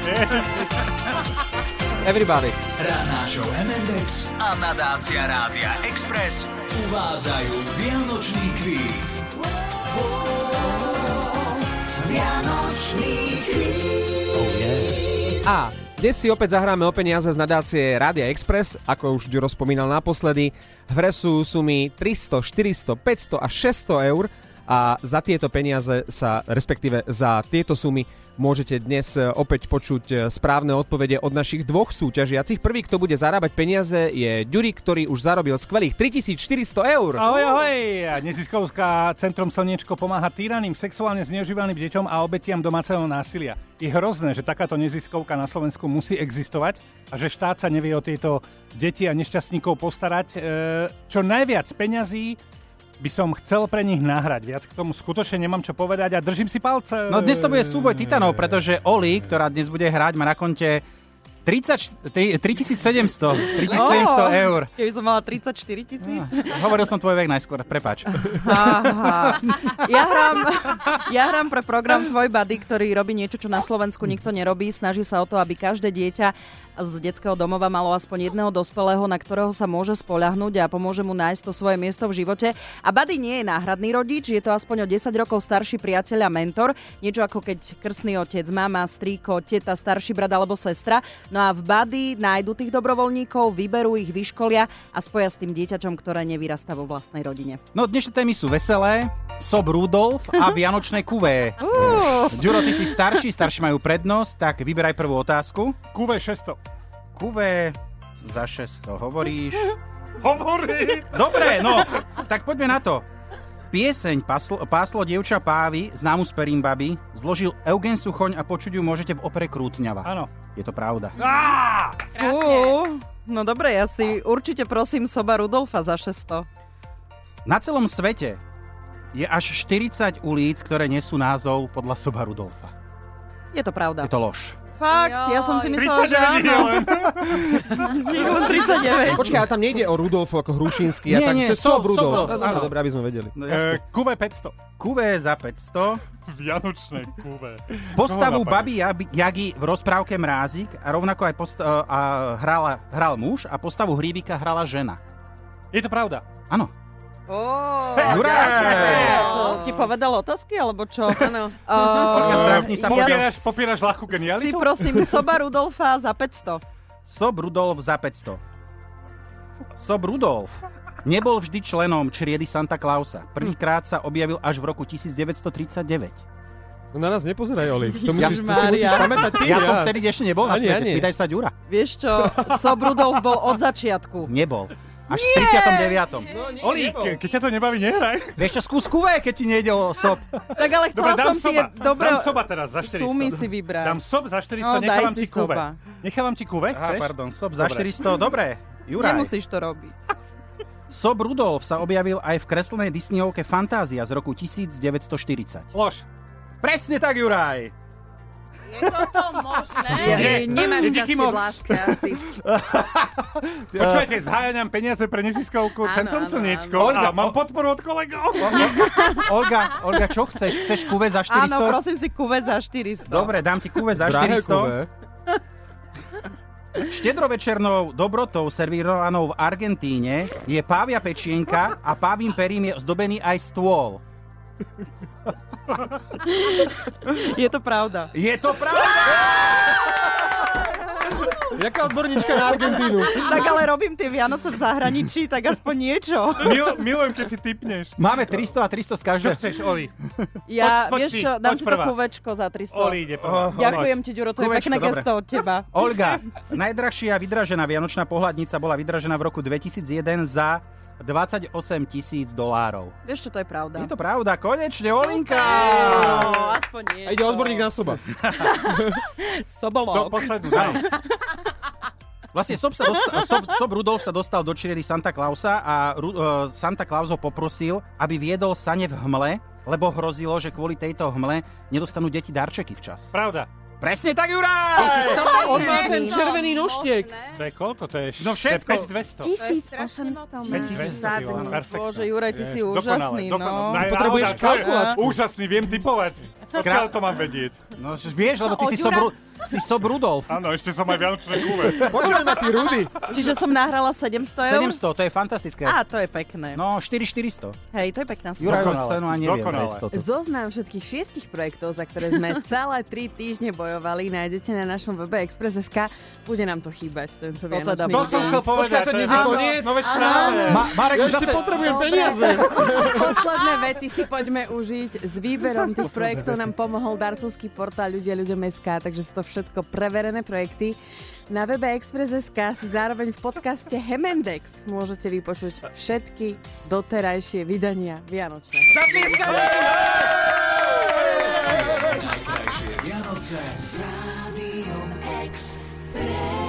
Everybody. Ranná show M&X a nadácia Rádia Express uvádzajú Vianočný kvíz. Vianočný kvíz. A dnes si opäť zahráme o peniaze z nadácie Rádia Express, ako už Ďuro spomínal naposledy. V hre sú sumy 300, 400, 500 a 600 eur a za tieto peniaze sa, respektíve za tieto sumy, môžete dnes opäť počuť správne odpovede od našich dvoch súťažiacich. Prvý, kto bude zarábať peniaze, je Ďuri, ktorý už zarobil skvelých 3400 eur. Ahoj, ahoj! Neziskovská Centrum Slniečko pomáha týraným, sexuálne zneužívaným deťom a obetiam domáceho násilia. Je hrozné, že takáto neziskovka na Slovensku musí existovať a že štát sa nevie o tieto deti a nešťastníkov postarať. Čo najviac peňazí by som chcel pre nich nahrať. Viac k tomu skutočne nemám čo povedať a držím si palce. No dnes to bude súboj titanov, pretože Oli, ktorá dnes bude hrať, má na konte 3700 eur. Keby som mala 34 000. Hovoril som tvoj vek najskôr, prepáč. Aha. Ja hrám pre program Tvoj buddy, ktorý robí niečo, čo na Slovensku nikto nerobí. Snaží sa o to, aby každé dieťa z detského domova malo aspoň jedného dospelého, na ktorého sa môže spoľahnúť a pomôže mu nájsť to svoje miesto v živote. A buddy nie je náhradný rodič, je to aspoň o 10 rokov starší priateľ a mentor. Niečo ako keď krstný otec, mama, strýko, teta, starší brat alebo sestra. No a v buddy nájdu tých dobrovoľníkov, vyberú ich, vyškolia a spoja s tým dieťaťom, ktoré nevyrastá vo vlastnej rodine. No dnešné témy sú veselé, Sob Rudolf a Vianočné kuvé. Ďuro, ty si starší majú prednosť, tak vyberaj prvú otázku. Kuve 600. Kuvé za 600, hovoríš? Hovorí! Dobre, no, tak poďme na to. Pieseň Páslo dievča pávy, známu z Perimbaby, zložil Eugen Suchoň a počuť ju môžete v opere Krútňava. Áno. Je to pravda. No dobre, ja si určite prosím Soba Rudolfa za 600. Na celom svete je až 40 ulic, ktoré nesú názov podľa Soba Rudolfa. Je to pravda. Je to lož. Fakt, ja som si myslela, že áno. 39. Počkaj, ale tam nejde o Rudolfu ako Hrušínsky. Nie, to je Sob Rudolf. Áno. Dobre, aby sme vedeli. No, Kuve 500. Kuvé za 500. Vianočné kuve. Postavu Baby Jagi v rozprávke Mrázik a rovnako aj hral muž a postavu Hríbika hrala žena. Je to pravda. Áno. Ti povedal otázky, alebo čo? Áno. Popieraš ľahkú genialitu? Si prosím Soba Rudolfa za 500. Sob Rudolf za 500. Sob Rudolf nebol vždy členom čriedy Santa Clausa. Prvýkrát sa objavil až v roku 1939. No na nás nepozeraj, Oli. To si musíš pamätať ty. Ja som vtedy ešte nebol na svete. Spýtaj sa Ďura. Vieš čo, Sob Rudolf bol od začiatku. Nebol. Až v 39. No, Oli, keď ťa to nebaví, nehraj. Vieš čo, skús kuvé, keď ti nejde o sob. Tak ale chcela som tie dobré dám soba teraz za 400. sumy si vybrať. Dám sob za 400, No, nechávam ti kuve. soba. Nechávam ti kuve, chceš? Pardon, sob za 400, dobre. Juraj. Nemusíš to robiť. Sob Rudolf sa objavil aj v kreslenej Disneyovke Fantázia z roku 1940. Lož. Presne tak, Juraj. Je toto možné? Nemáš šťastie v láske asi. Počujete, zháňam peniaze pre neziskovku Centrum Slniečko a mám podporu od kolegov. Olga, čo chceš? Chceš kuve za 400? Áno, prosím si kuve za 400. Dobre, dám ti kuve za 400. Štedrovečernou dobrotou servírovanou v Argentíne je pávia pečienka a pávím perím je zdobený aj stôl. Je to pravda. Je to pravda! Jaká odborníčka na Argentínu. Tak ale robím tie Vianoce v zahraničí, tak aspoň niečo. Milujem, keď si tipneš. Máme 300 a 300 z každého. Čo chceš, Oli? Ja, Poď vieš ty, čo, dám poď si to prvá. kuvečko za 300. Oli ide prvá. Ďakujem ti, Ďuro, to je Kuvečko, pekné dobre. gesto od teba. Olga, najdrahšia vydražená vianočná pohľadnica bola vydražená v roku 2001 za $28,000. Vieš čo, to je pravda. Je to pravda, konečne, Olinka! No, aspoň nie. A ide odborník na soba. Sobolog. Poslednú, daj. Vlastne Sob Rudolf sa dostal do čriedy Santa Clausa a Santa Claus ho poprosil, aby viedol sane v hmle, lebo hrozilo, že kvôli tejto hmle nedostanú deti darčeky včas. Pravda. Presne tak, Juraj! On má ten červený noštiek. To je koľko? To je No všetko. 5200. 1800 Perfektné. Bože, Juraj, ty si úžasný, no. Potrebuješ kalkulačku. Úžasný, viem typovať. Odkiaľ to mám vedieť? No vieš, lebo ty si Si Sob Rudolf. Áno, ešte som aj vianočné kúle. Počujem ma, ty Rudy. Čiže som nahrala 700 eur? 700, to je fantastické. Á, to je pekné. No, 400. Hej, to je pekná suma. Juraj cenu a nevie. Zoznam všetkých 6 projektov, za ktoré sme celé 3 týždne bojovali, nájdete na našom webe Express.sk. Bude nám to chýbať, tento vianočný To som chcel povedať. Počkaj, to dnes je koniec. No veď práve. Marek, Ja už ešte zase... potrebujem peniaze. Posledné vety si poďme užiť. S výberom tých projektov nám pomohol darcovský portál ľudia.sk, takže sú to všetko preverené projekty. Na webe Express.sk si zároveň v podcaste Hemendex môžete vypočuť všetky doterajšie vydania vianočného. Najkrajšie Vianoce s Rádiom Express.